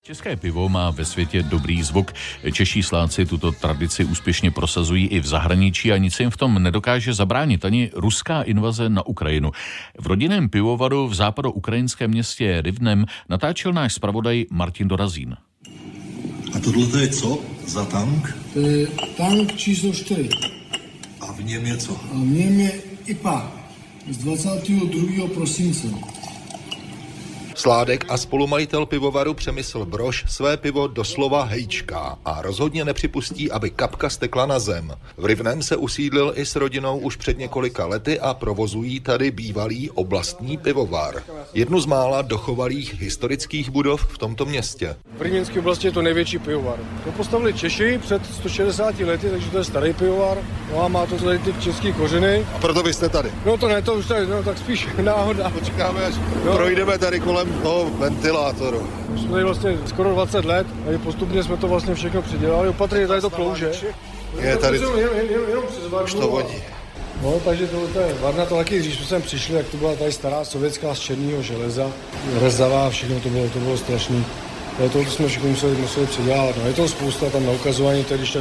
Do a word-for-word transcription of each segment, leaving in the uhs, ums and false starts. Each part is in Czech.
České pivo má ve světě dobrý zvuk. Čeští sládci tuto tradici úspěšně prosazují i v zahraničí a nic jim v tom nedokáže zabránit ani ruská invaze na Ukrajinu. V rodinném pivovaru v západoukrajinském městě Rivnem natáčel náš zpravodaj Martin Dorazín. A tohle je co za tank? To je tank číslo čtyři. A v něm je co? A v něm je I P A z dvacátého druhého prosince. Sládek a spolumajitel pivovaru Přemysl Brož své pivo doslova hejčká a rozhodně nepřipustí, aby kapka stekla na zem. V Rivném se usídlil i s rodinou už před několika lety a provozují tady bývalý oblastní pivovar. Jednu z mála dochovalých historických budov v tomto městě. V Rivněnské oblasti je to největší pivovar. To postavili Češi před sto šedesáti lety, takže to je starý pivovar. No a má to tady ty české kořeny. A proto vy jste tady? No to ne, to už tady, no tak spíš náhoda. Počkáme, až no. projdeme tady kolem toho ventilátoru. Už jsme tady vlastně skoro dvacet let, tady postupně jsme to vlastně všechno přidělali. Opatrně tady to klouže. Je tady, jenom, jenom, jenom, jenom přes varnu. Už to vodí. No, takže tohle je varna, to taky, když jsme sem přišli, tak to byla tady stará sovětská z černého železa, rezavá, všechno to bylo, to bylo strašný. Ale tohle jsme všechno museli, museli předělat. No, je to spousta tam na ukazování, tady když tak...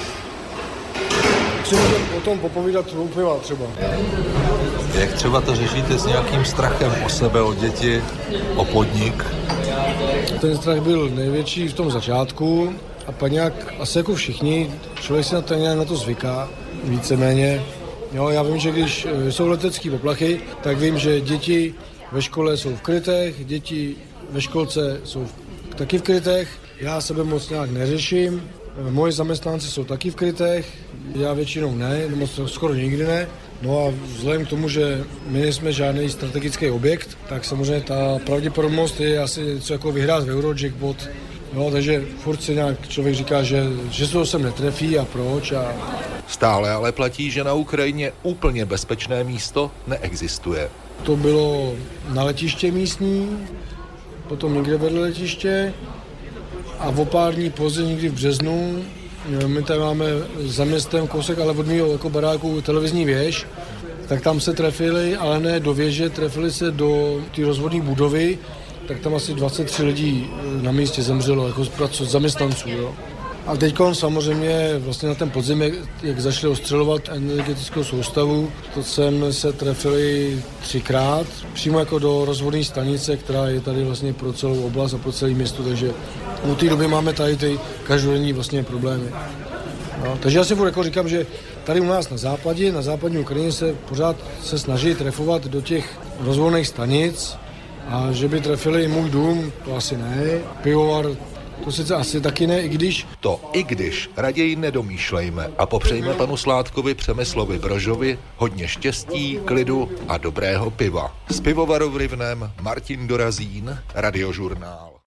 Si můžeme o tom popovídat u piva třeba. Jak třeba to řešíte s nějakým strachem o sebe, o děti, o podnik? Ten strach byl největší v tom začátku a pak nějak, asi jako všichni, člověk si na to nějak na to zvyká, víceméně. Jo, já vím, že když jsou letecké poplachy, tak vím, že děti ve škole jsou v krytech, děti ve školce jsou v, taky v krytech. Já sebe moc nějak neřeším. Moji zaměstnanci jsou taky v krytech, já většinou ne, nebo skoro nikdy ne. No a vzhledem k tomu, že my nejsme žádný strategický objekt, tak samozřejmě ta pravděpodobnost je asi něco jako vyhrát v Eurojackpot. No, takže furt si nějak člověk říká, že, že se to sem netrefí a proč. A... Stále ale platí, že na Ukrajině úplně bezpečné místo neexistuje. To bylo na letiště místní, potom někde vedle letiště a o pár dní později, někdy v březnu, my tady máme za městem kousek, ale od mého jako baráku televizní věž, tak tam se trefili, ale ne do věže, trefili se do té rozvodní budovy, tak tam asi dvacet tři lidí na místě zemřelo, jako zaměstnanců. Jo. A teď samozřejmě vlastně na ten podzim, jak, jak začali ostřelovat energetickou soustavu, to sem se trefili třikrát, přímo jako do rozvodní stanice, která je tady vlastně pro celou oblast a pro celé město, takže od té doby máme tady ty každodenní vlastně problémy. No, takže já si furt jako říkám, že tady u nás na západě, na západní Ukrajině se pořád se snaží trefovat do těch rozvodných stanic a že by trefili můj dům, to asi ne, pivovar, to sice asi taky ne, i když... To i když raději nedomýšlejme a popřejme panu Sládkovi Přemyslovi Brožovi hodně štěstí, klidu a dobrého piva. Z pivovaru v Rivném Martin Dorazín, Radiožurnál.